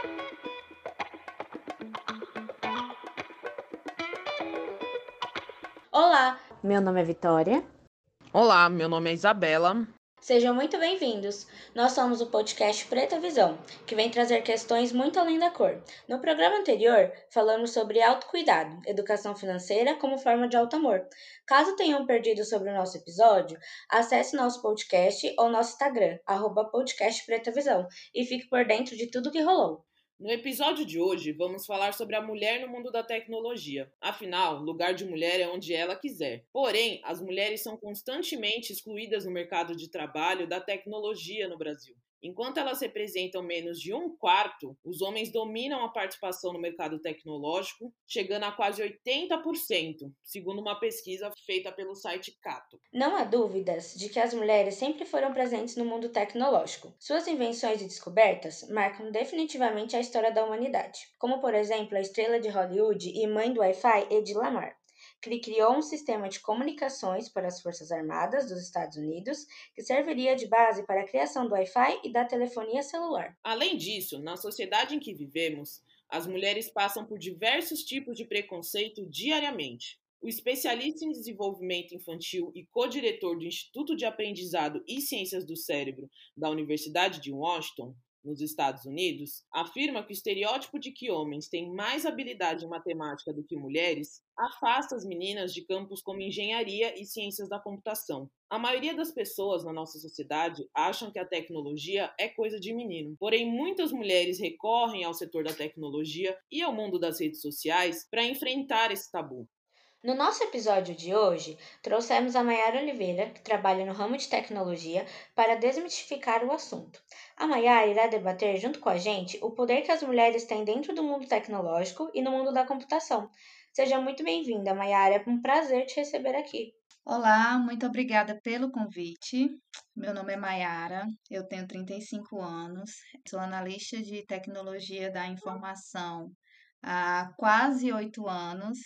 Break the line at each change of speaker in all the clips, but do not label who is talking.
Olá, meu nome é Vitória.
Olá, meu nome é Isabela.
Sejam muito bem-vindos. Nós somos o podcast Preta Visão, que vem trazer questões muito além da cor. No programa anterior, falamos sobre autocuidado, educação financeira como forma de auto-amor. Caso tenham perdido sobre o nosso episódio, acesse nosso podcast ou nosso Instagram, @podcastpretavisão, e fique por dentro de tudo que rolou.
No episódio de hoje, vamos falar sobre a mulher no mundo da tecnologia. Afinal, lugar de mulher é onde ela quiser. Porém, as mulheres são constantemente excluídas no mercado de trabalho da tecnologia no Brasil. Enquanto elas representam menos de um quarto, os homens dominam a participação no mercado tecnológico, chegando a quase 80%, segundo uma pesquisa feita pelo site Cato.
Não há dúvidas de que as mulheres sempre foram presentes no mundo tecnológico. Suas invenções e descobertas marcam definitivamente a história da humanidade, como por exemplo a estrela de Hollywood e mãe do Wi-Fi Hedy Lamarr, que criou um sistema de comunicações para as Forças Armadas dos Estados Unidos que serviria de base para a criação do Wi-Fi e da telefonia celular.
Além disso, na sociedade em que vivemos, as mulheres passam por diversos tipos de preconceito diariamente. O especialista em desenvolvimento infantil e co-diretor do Instituto de Aprendizado e Ciências do Cérebro da Universidade de Washington, nos Estados Unidos, afirma que o estereótipo de que homens têm mais habilidade em matemática do que mulheres afasta as meninas de campos como engenharia e ciências da computação. A maioria das pessoas na nossa sociedade acham que a tecnologia é coisa de menino. Porém, muitas mulheres recorrem ao setor da tecnologia e ao mundo das redes sociais para enfrentar esse tabu.
No nosso episódio de hoje, trouxemos a Maiara Oliveira, que trabalha no ramo de tecnologia, para desmistificar o assunto. A Maiara irá debater junto com a gente o poder que as mulheres têm dentro do mundo tecnológico e no mundo da computação. Seja muito bem-vinda, Maiara. É um prazer te receber aqui.
Olá, muito obrigada pelo convite. Meu nome é Maiara, eu tenho 35 anos, sou analista de tecnologia da informação há quase 8 anos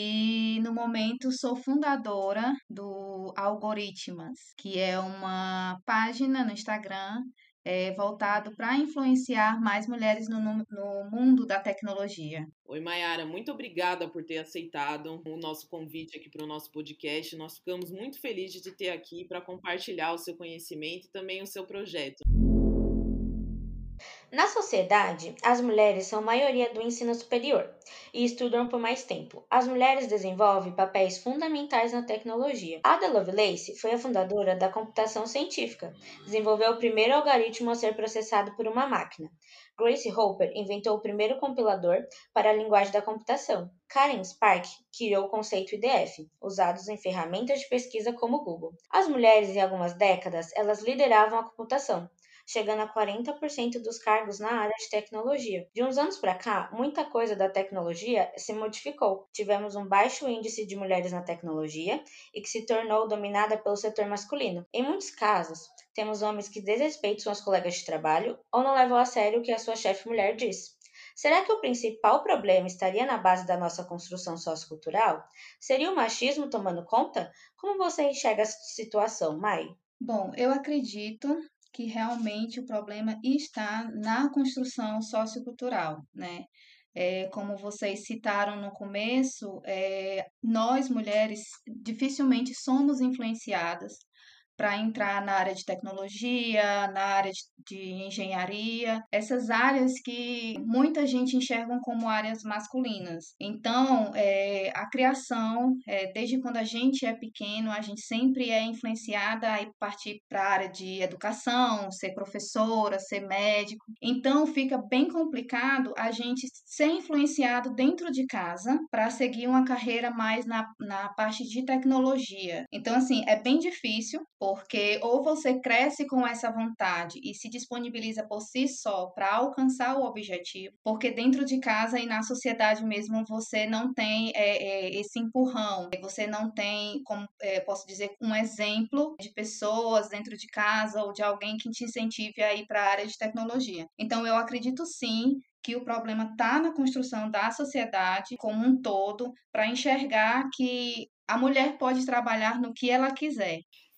e, no momento, sou fundadora do Algoritmas, que é uma página no Instagram voltado para influenciar mais mulheres no mundo da tecnologia.
Oi, Mayara, muito obrigada por ter aceitado o nosso convite aqui para o nosso podcast. Nós ficamos muito felizes de ter aqui para compartilhar o seu conhecimento e também o seu projeto.
Na sociedade, as mulheres são maioria do ensino superior e estudam por mais tempo. As mulheres desenvolvem papéis fundamentais na tecnologia. Ada Lovelace foi a fundadora da computação científica, desenvolveu o primeiro algoritmo a ser processado por uma máquina. Grace Hopper inventou o primeiro compilador para a linguagem da computação. Karen Spark criou o conceito IDF, usados em ferramentas de pesquisa como o Google. As mulheres, em algumas décadas, elas lideravam a computação, chegando a 40% dos cargos na área de tecnologia. De uns anos para cá, muita coisa da tecnologia se modificou. Tivemos um baixo índice de mulheres na tecnologia e que se tornou dominada pelo setor masculino. Em muitos casos, temos homens que desrespeitam suas colegas de trabalho ou não levam a sério o que a sua chefe mulher diz. Será que o principal problema estaria na base da nossa construção sociocultural? Seria o machismo tomando conta? Como você enxerga essa situação, Mai?
Bom, eu acredito que realmente o problema está na construção sociocultural, né? Como vocês citaram no começo, nós mulheres dificilmente somos influenciadas para entrar na área de tecnologia, na área de engenharia, essas áreas que muita gente enxergam como áreas masculinas. Então, a criação, desde quando a gente é pequeno, a gente sempre é influenciada a partir para a área de educação, ser professora, ser médico. Então, fica bem complicado a gente ser influenciado dentro de casa para seguir uma carreira mais na parte de tecnologia. Então, assim, é bem difícil, porque ou você cresce com essa vontade e se disponibiliza por si só para alcançar o objetivo, porque dentro de casa e na sociedade mesmo você não tem esse empurrão, você não tem, como posso dizer, um exemplo de pessoas dentro de casa ou de alguém que te incentive a ir para a área de tecnologia. Então, eu acredito sim que o problema está na construção da sociedade como um todo, para enxergar que a mulher pode trabalhar no que ela quiser.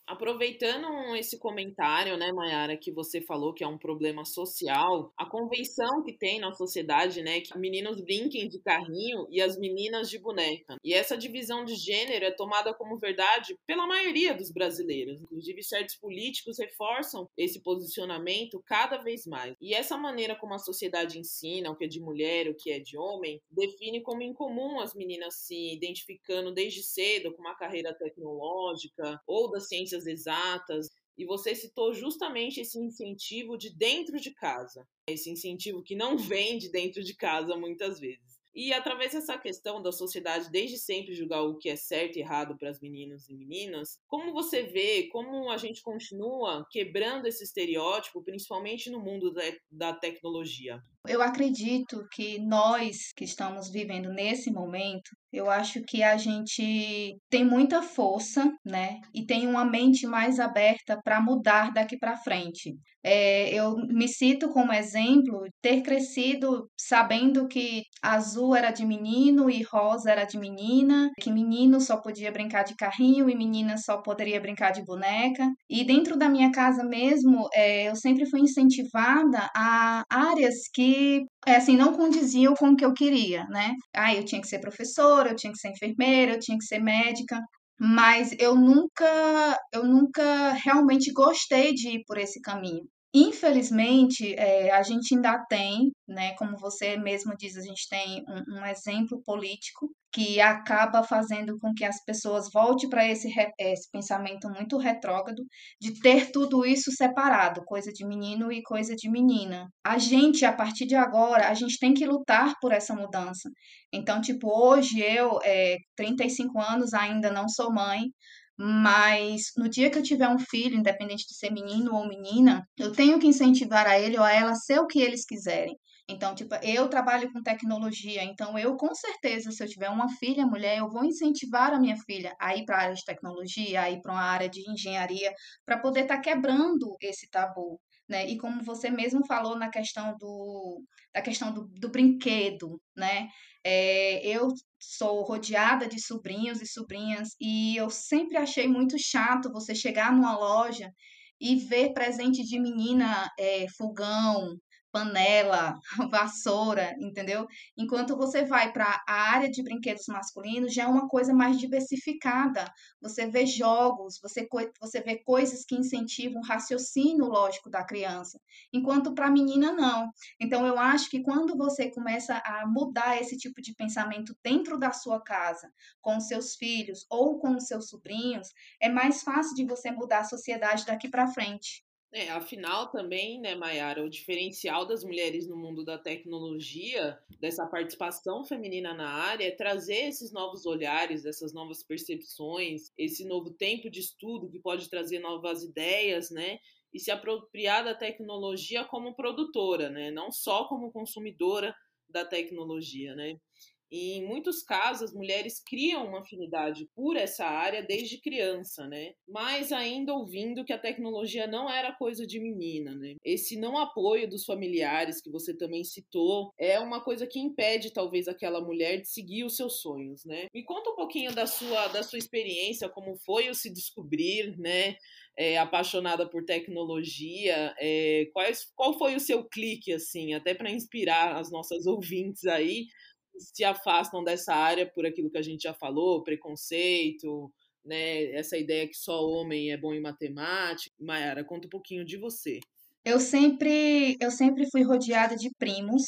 Aproveitando esse comentário, né, Mayara, que você falou que é um problema social, a convenção que tem na sociedade, né, que meninos brinquem de carrinho e as meninas de boneca. E essa divisão de gênero é tomada como verdade pela maioria dos brasileiros. Inclusive, certos políticos reforçam esse posicionamento cada vez mais. E essa maneira como a sociedade ensina o que é de mulher, o que é de homem, define como incomum as meninas se identificando desde cedo com uma carreira tecnológica ou das ciências exatas, e você citou justamente esse incentivo de dentro de casa, esse incentivo que não vem de dentro de casa muitas vezes. E através dessa questão da sociedade desde sempre julgar o que é certo e errado para as meninas e meninas, como você vê, como a gente continua quebrando esse estereótipo, principalmente no mundo da tecnologia?
Eu acredito que nós que estamos vivendo nesse momento, eu acho que a gente tem muita força, né? E tem uma mente mais aberta para mudar daqui para frente. Eu me cito como exemplo ter crescido sabendo que azul era de menino e rosa era de menina, que menino só podia brincar de carrinho e menina só poderia brincar de boneca. E dentro da minha casa mesmo, eu sempre fui incentivada a áreas que assim, não condiziam com o que eu queria, né? Eu tinha que ser professora, eu tinha que ser enfermeira, eu tinha que ser médica, mas eu nunca realmente gostei de ir por esse caminho. Infelizmente, a gente ainda tem, né, como você mesmo diz, a gente tem um exemplo político que acaba fazendo com que as pessoas voltem para esse pensamento muito retrógrado de ter tudo isso separado, coisa de menino e coisa de menina. A gente, a partir de agora, a gente tem que lutar por essa mudança. Então, tipo, hoje eu, 35 anos, ainda não sou mãe, mas no dia que eu tiver um filho, independente de ser menino ou menina, eu tenho que incentivar a ele ou a ela a ser o que eles quiserem. Então, tipo, eu trabalho com tecnologia, então eu com certeza, se eu tiver uma filha mulher, eu vou incentivar a minha filha a ir para a área de tecnologia, a ir para uma área de engenharia, para poder estar quebrando esse tabu. Né? E como você mesmo falou na questão do brinquedo, né? Eu sou rodeada de sobrinhos e sobrinhas e eu sempre achei muito chato você chegar numa loja e ver presente de menina, fogão, panela, vassoura, entendeu? Enquanto você vai para a área de brinquedos masculinos, já é uma coisa mais diversificada. Você vê jogos, você vê coisas que incentivam o raciocínio lógico da criança, enquanto para a menina não. Então, eu acho que quando você começa a mudar esse tipo de pensamento dentro da sua casa, com os seus filhos ou com os seus sobrinhos, é mais fácil de você mudar a sociedade daqui para frente.
Afinal também, né, Mayara, o diferencial das mulheres no mundo da tecnologia, dessa participação feminina na área, é trazer esses novos olhares, essas novas percepções, esse novo tempo de estudo que pode trazer novas ideias, né, e se apropriar da tecnologia como produtora, né, não só como consumidora da tecnologia, né. E em muitos casos, as mulheres criam uma afinidade por essa área desde criança, né? Mas ainda ouvindo que a tecnologia não era coisa de menina, né? Esse não apoio dos familiares que você também citou é uma coisa que impede talvez aquela mulher de seguir os seus sonhos, né? Me conta um pouquinho da sua experiência, como foi o se descobrir, né? Apaixonada por tecnologia, qual foi o seu clique, assim, até para inspirar as nossas ouvintes aí, se afastam dessa área por aquilo que a gente já falou, preconceito, né? Essa ideia que só homem é bom em matemática. Mayara, conta um pouquinho de você.
Eu sempre fui rodeada de primos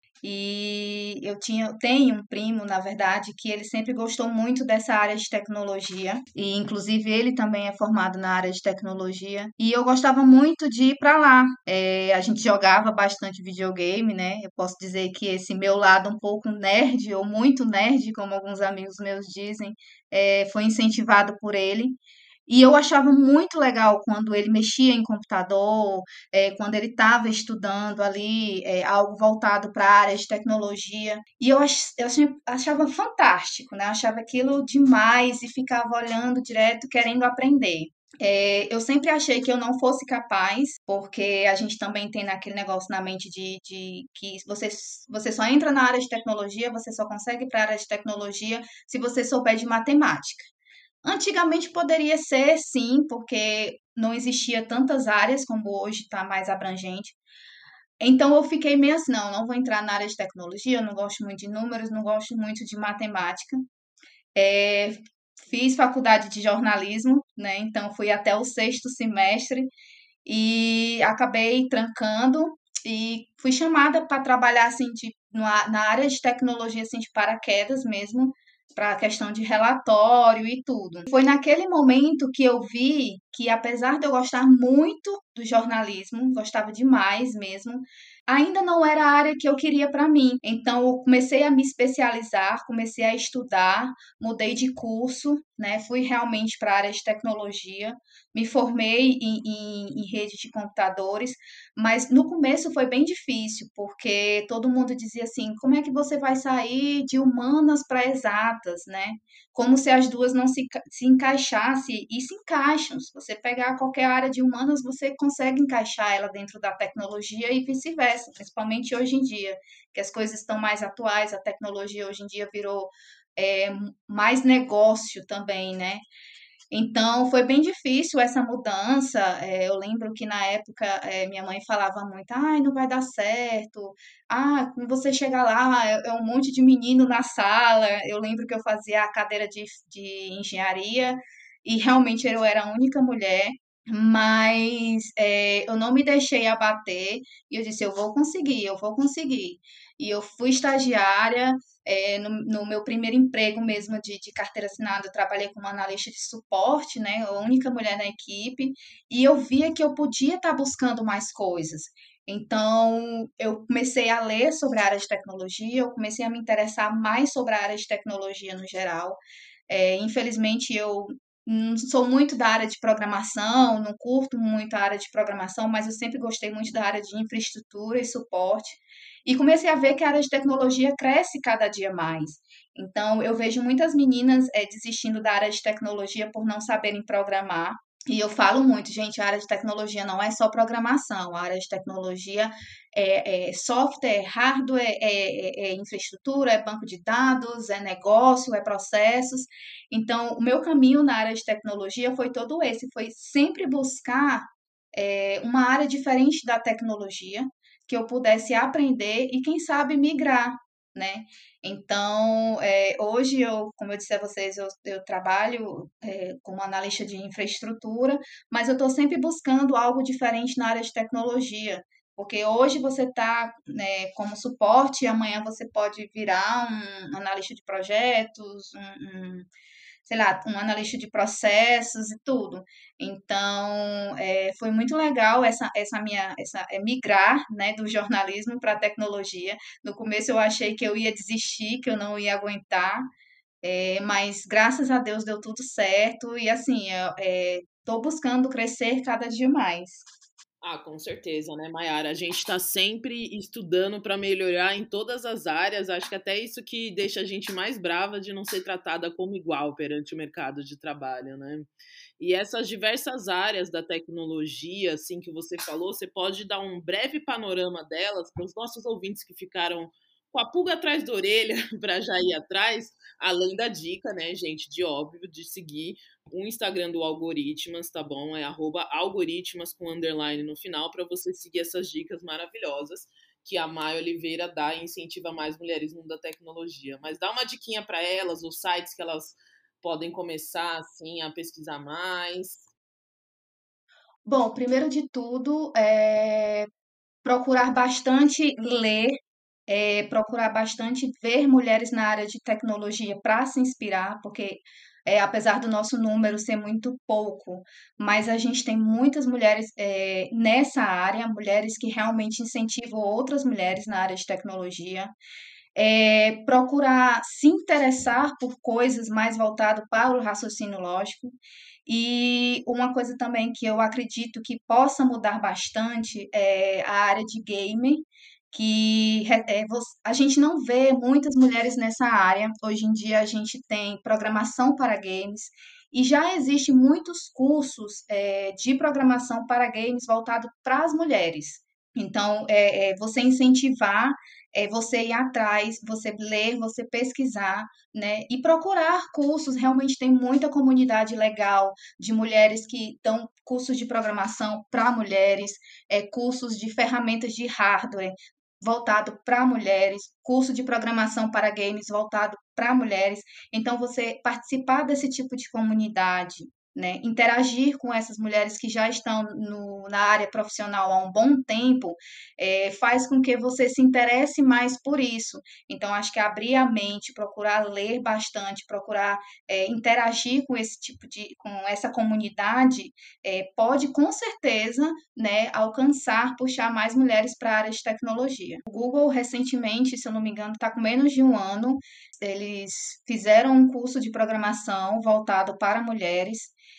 e tenho um primo, na verdade, que ele sempre gostou muito dessa área de tecnologia e, inclusive, ele também é formado na área de tecnologia e eu gostava muito de ir para lá. A gente jogava bastante videogame, né? Eu posso dizer que esse meu lado um pouco nerd ou muito nerd, como alguns amigos meus dizem, foi incentivado por ele. E eu achava muito legal quando ele mexia em computador, quando ele estava estudando ali, algo voltado para a área de tecnologia. E eu achava fantástico, né? Achava aquilo demais e ficava olhando direto, querendo aprender. Eu sempre achei que eu não fosse capaz, porque a gente também tem naquele negócio na mente de que você só entra na área de tecnologia, você só consegue ir para a área de tecnologia se você souber de matemática. Antigamente poderia ser, sim, porque não existia tantas áreas como hoje, está mais abrangente. Então eu fiquei meio assim, não, não vou entrar na área de tecnologia, eu não gosto muito de números, não gosto muito de matemática. É, fiz faculdade de jornalismo, né? Então fui até o sexto semestre e acabei trancando e fui chamada para trabalhar assim na área de tecnologia assim de paraquedas mesmo, para a questão de relatório e tudo. Foi naquele momento que eu vi que apesar de eu gostar muito do jornalismo, gostava demais mesmo, ainda não era a área que eu queria para mim. Então eu comecei a me especializar, comecei a estudar, mudei de curso, né? Fui realmente para a área de tecnologia, me formei em rede de computadores, mas no começo foi bem difícil, porque todo mundo dizia assim: como é que você vai sair de humanas para exatas, né? Como se as duas não se encaixassem, e se encaixam. Se você pegar qualquer área de humanas, você consegue encaixar ela dentro da tecnologia e vice-versa, principalmente hoje em dia, que as coisas estão mais atuais, a tecnologia hoje em dia virou mais negócio também, né? Então, foi bem difícil essa mudança. Eu lembro que na época minha mãe falava muito: ai, não vai dar certo. Ah, quando você chega lá, é um monte de menino na sala. Eu lembro que eu fazia a cadeira de engenharia e realmente eu era a única mulher. Mas eu não me deixei abater e eu disse: eu vou conseguir, eu vou conseguir. E eu fui estagiária, no meu primeiro emprego mesmo de carteira assinada, eu trabalhei como analista de suporte, né? A única mulher na equipe, e eu via que eu podia estar buscando mais coisas. Então, eu comecei a ler sobre a área de tecnologia, eu comecei a me interessar mais sobre a área de tecnologia no geral. Infelizmente, eu não sou muito da área de programação, não curto muito a área de programação, mas eu sempre gostei muito da área de infraestrutura e suporte. E comecei a ver que a área de tecnologia cresce cada dia mais. Então, eu vejo muitas meninas desistindo da área de tecnologia por não saberem programar. E eu falo muito, gente, a área de tecnologia não é só programação, a área de tecnologia é software, hardware, é infraestrutura, é banco de dados, é negócio, é processos. Então, o meu caminho na área de tecnologia foi todo esse, foi sempre buscar uma área diferente da tecnologia, que eu pudesse aprender e, quem sabe, migrar, né? Então, hoje como eu disse a vocês, eu trabalho como analista de infraestrutura, mas eu estou sempre buscando algo diferente na área de tecnologia, porque hoje você está, né, como suporte e amanhã você pode virar um analista de projetos, sei lá, um analista de processos e tudo. Então, foi muito legal migrar, né, do jornalismo para a tecnologia. No começo eu achei que eu ia desistir, que eu não ia aguentar, mas graças a Deus deu tudo certo e assim, estou buscando crescer cada dia mais.
Ah, com certeza, né, Mayara? A gente está sempre estudando para melhorar em todas as áreas. Acho que até isso que deixa a gente mais brava de não ser tratada como igual perante o mercado de trabalho, né? E essas diversas áreas da tecnologia, assim que você falou, você pode dar um breve panorama delas para os nossos ouvintes que ficaram com a pulga atrás da orelha para já ir atrás, além da dica, né, gente, de óbvio, de seguir o Instagram do Algoritmas, tá bom? É @algoritmas com underline no final para você seguir essas dicas maravilhosas que a Maia Oliveira dá e incentiva mais mulheres no mundo da tecnologia. Mas dá uma diquinha para elas, os sites que elas podem começar assim a pesquisar mais.
Bom, primeiro de tudo, procurar bastante ler, procurar bastante ver mulheres na área de tecnologia para se inspirar, porque apesar do nosso número ser muito pouco, mas a gente tem muitas mulheres nessa área, mulheres que realmente incentivam outras mulheres na área de tecnologia. Procurar se interessar por coisas mais voltadas para o raciocínio lógico. E uma coisa também que eu acredito que possa mudar bastante é a área de gamer, que a gente não vê muitas mulheres nessa área. Hoje em dia a gente tem programação para games e já existem muitos cursos de programação para games voltados para as mulheres. Então, você incentivar, você ir atrás, você ler, você pesquisar, né? E procurar cursos. Realmente tem muita comunidade legal de mulheres que dão cursos de programação para mulheres, cursos de ferramentas de hardware voltado para mulheres, curso de programação para games voltado para mulheres. Então, você participar desse tipo de comunidade, né, interagir com essas mulheres que já estão na área profissional há um bom tempo, faz com que você se interesse mais por isso. Então, acho que abrir a mente, procurar ler bastante, procurar interagir com com essa comunidade, pode com certeza, né, alcançar, puxar mais mulheres para a área de tecnologia. O Google, recentemente, se eu não me engano, está com menos de um ano, eles fizeram um curso de programação voltado para mulheres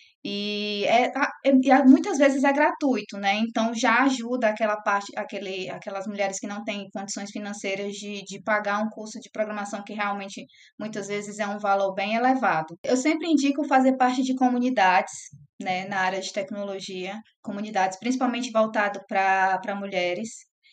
muitas vezes é gratuito, né? Então já ajuda aquelas mulheres que não têm condições financeiras de pagar um curso de programação que realmente muitas vezes é um valor bem elevado. Eu sempre indico fazer parte de comunidades, né, na área de tecnologia, comunidades principalmente voltado para mulheres.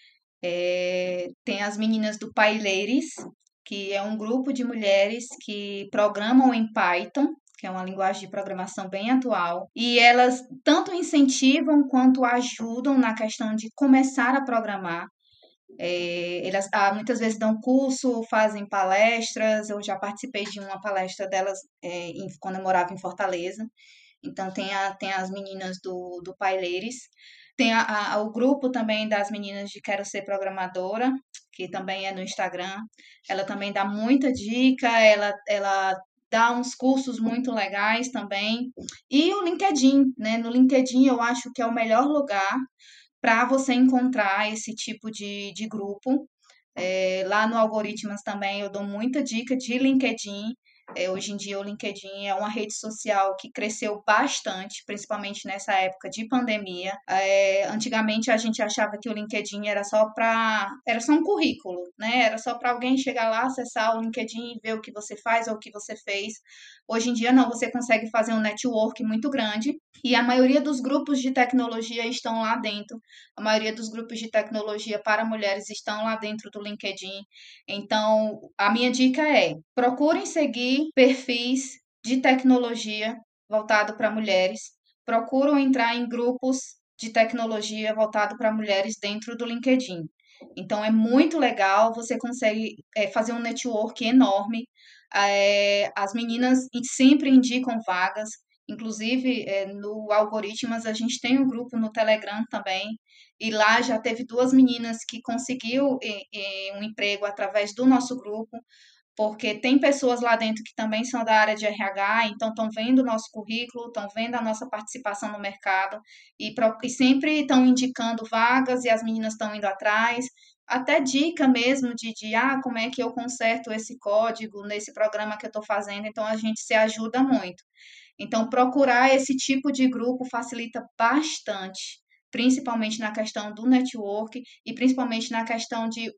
Tem as meninas do PyLadies, que é um grupo de mulheres que programam em Python, que é uma linguagem de programação bem atual, e elas tanto incentivam quanto ajudam na questão de começar a programar. Elas muitas vezes dão curso, fazem palestras. Eu já participei de uma palestra delas quando eu morava em Fortaleza. Então, tem as meninas do PyLadies. Tem o grupo também das meninas de Quero Ser Programadora, que também é no Instagram. Ela também dá muita dica, ela dá uns cursos muito legais também. E o LinkedIn, né? No LinkedIn eu acho que é o melhor lugar para você encontrar esse tipo de grupo. Lá no Algoritmas também eu dou muita dica de LinkedIn. Hoje em dia o LinkedIn é uma rede social que cresceu bastante, principalmente nessa época de pandemia. Antigamente a gente achava que o LinkedIn era só um currículo, né? Era só para alguém chegar lá, acessar o LinkedIn e ver o que você faz ou o que você fez. Hoje em dia não, você consegue fazer um network muito grande e a maioria dos grupos de tecnologia estão lá dentro. A maioria dos grupos de tecnologia para mulheres estão lá dentro do LinkedIn. Então, a minha dica é: procurem seguir perfis de tecnologia voltado para mulheres, procuram entrar em grupos de tecnologia voltado para mulheres dentro do LinkedIn. Então, é muito legal, você consegue fazer um network enorme. As meninas sempre indicam vagas, inclusive no Algoritmas a gente tem um grupo no Telegram também, e lá já teve duas meninas que conseguiu um emprego através do nosso grupo, porque tem pessoas lá dentro que também são da área de RH, então estão vendo o nosso currículo, estão vendo a nossa participação no mercado e sempre estão indicando vagas e as meninas estão indo atrás. Até dica mesmo de como é que eu conserto esse código nesse programa que eu estou fazendo, então a gente se ajuda muito. Então, procurar esse tipo de grupo facilita bastante, principalmente na questão do network e principalmente na questão de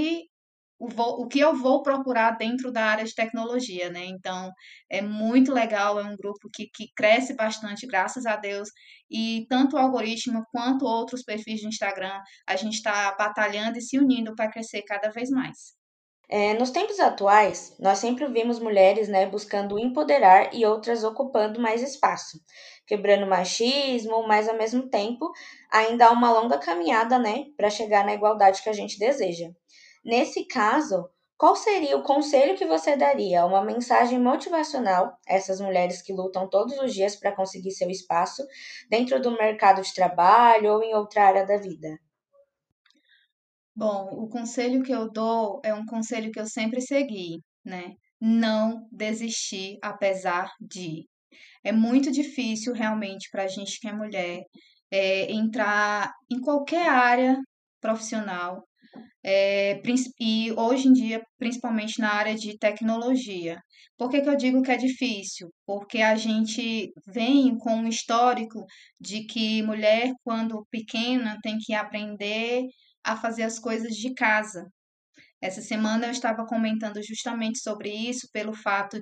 o que eu vou procurar dentro da área de tecnologia, né? Então, é muito legal, é um grupo que cresce bastante, graças a Deus, e tanto o algoritmo quanto outros perfis de Instagram, a gente está batalhando e se unindo para crescer cada vez mais.
Nos tempos atuais, nós sempre vimos mulheres, né, buscando empoderar e outras ocupando mais espaço, quebrando machismo, mas ao mesmo tempo ainda há uma longa caminhada, né, para chegar na igualdade que a gente deseja. Nesse caso, qual seria o conselho que você daria? Uma mensagem motivacional a essas mulheres que lutam todos os dias para conseguir seu espaço dentro do mercado de trabalho ou em outra área da vida?
Bom, o conselho que eu dou é um conselho que eu sempre segui, né? Não desistir apesar de. É muito difícil realmente para a gente que é mulher entrar em qualquer área profissional, e hoje em dia, principalmente na área de tecnologia. Por que que eu digo que é difícil? Porque a gente vem com um histórico de que mulher, quando pequena, tem que aprender a fazer as coisas de casa. Essa semana eu estava comentando justamente sobre isso, pelo fato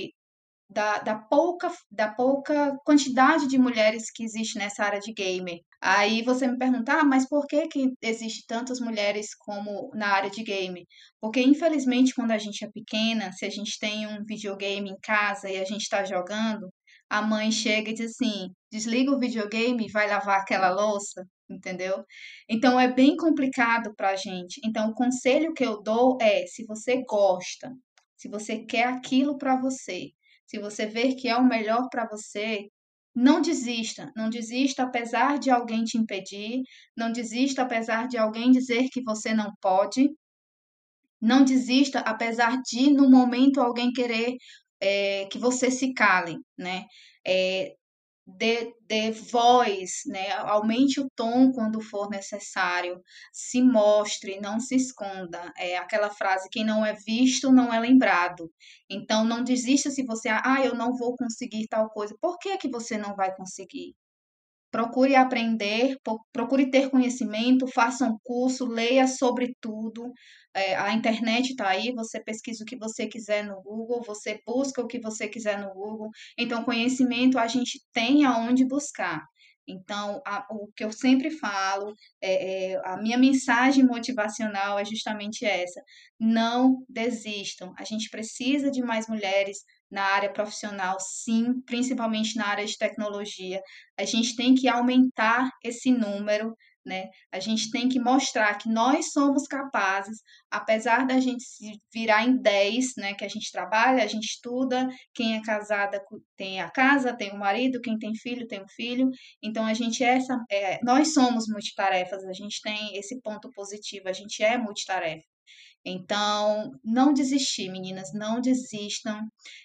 da pouca quantidade de mulheres que existe nessa área de gamer. Aí você me pergunta, mas por que que existe tantas mulheres como na área de game? Porque infelizmente quando a gente é pequena, se a gente tem um videogame em casa e a gente está jogando, a mãe chega e diz assim, desliga o videogame e vai lavar aquela louça, entendeu? Então é bem complicado para a gente. Então o conselho que eu dou é, se você gosta, se você quer aquilo para você, se você ver que é o melhor para você, não desista, não desista apesar de alguém te impedir, não desista apesar de alguém dizer que você não pode, não desista apesar de no momento alguém querer que você se cale, né? É, dê voz, né? Aumente o tom quando for necessário, se mostre, não se esconda. É aquela frase: quem não é visto não é lembrado. Então, não desista se você, eu não vou conseguir tal coisa. Por que que você não vai conseguir? Procure aprender, procure ter conhecimento, faça um curso, leia sobre tudo. A internet está aí, você pesquisa o que você quiser no Google, você busca o que você quiser no Google. Então, conhecimento a gente tem aonde buscar. Então, o que eu sempre falo, a minha mensagem motivacional é justamente essa: não desistam. A gente precisa de mais mulheres na área profissional, sim, principalmente na área de tecnologia. A gente tem que aumentar esse número, né? A gente tem que mostrar que nós somos capazes, apesar da gente se virar em 10, né? Que a gente trabalha, a gente estuda, quem é casada tem a casa, tem o marido, quem tem filho tem o filho. Então a gente nós somos multitarefas, a gente tem esse ponto positivo, a gente é multitarefa. Então, não desistir, meninas, não desistam,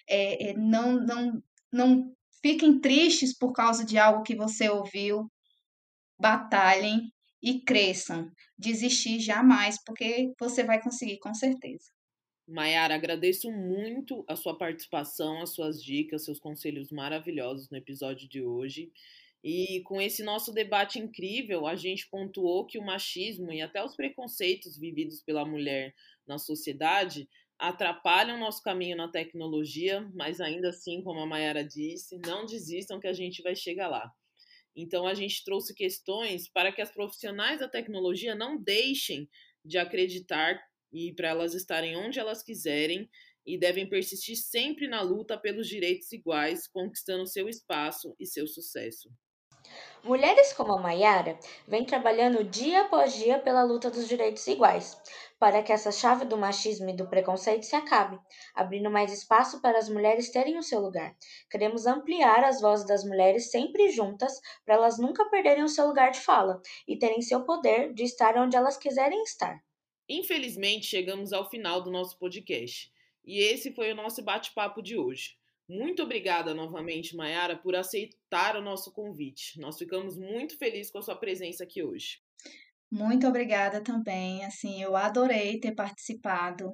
não fiquem tristes por causa de algo que você ouviu, batalhem e cresçam. Desistir jamais, porque você vai conseguir, com certeza.
Maiara, agradeço muito a sua participação, as suas dicas, seus conselhos maravilhosos no episódio de hoje. E com esse nosso debate incrível, a gente pontuou que o machismo e até os preconceitos vividos pela mulher na sociedade atrapalham nosso caminho na tecnologia, mas ainda assim, como a Maiara disse, não desistam que a gente vai chegar lá. Então, a gente trouxe questões para que as profissionais da tecnologia não deixem de acreditar e para elas estarem onde elas quiserem e devem persistir sempre na luta pelos direitos iguais, conquistando seu espaço e seu sucesso.
Mulheres como a Maiara vêm trabalhando dia após dia pela luta dos direitos iguais, para que essa chave do machismo e do preconceito se acabe, abrindo mais espaço para as mulheres terem o seu lugar. Queremos ampliar as vozes das mulheres sempre juntas, para elas nunca perderem o seu lugar de fala e terem seu poder de estar onde elas quiserem estar.
Infelizmente, chegamos ao final do nosso podcast. E esse foi o nosso bate-papo de hoje. Muito obrigada novamente, Maiara, por aceitar o nosso convite. Nós ficamos muito felizes com a sua presença aqui hoje.
Muito obrigada também. Assim, eu adorei ter participado.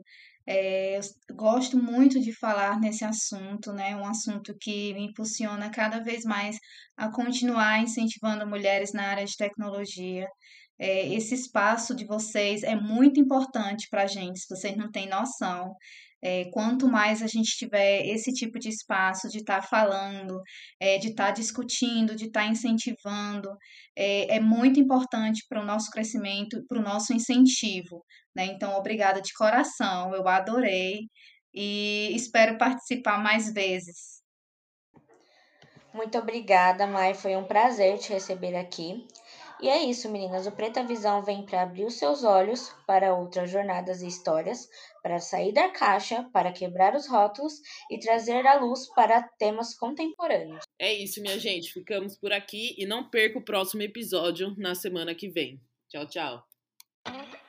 Eu gosto muito de falar nesse assunto, né? Um assunto que me impulsiona cada vez mais a continuar incentivando mulheres na área de tecnologia. Esse espaço de vocês é muito importante para a gente, se vocês não têm noção. Quanto mais a gente tiver esse tipo de espaço de estar falando, de estar discutindo, de estar incentivando, é muito importante para o nosso crescimento, para o nosso incentivo, né? Então, obrigada de coração, eu adorei e espero participar mais vezes.
Muito obrigada, Mai. Foi um prazer te receber aqui. E é isso, meninas. O Preta Visão vem para abrir os seus olhos para outras jornadas e histórias, para sair da caixa, para quebrar os rótulos e trazer a luz para temas contemporâneos.
É isso, minha gente. Ficamos por aqui e não perca o próximo episódio na semana que vem. Tchau, tchau.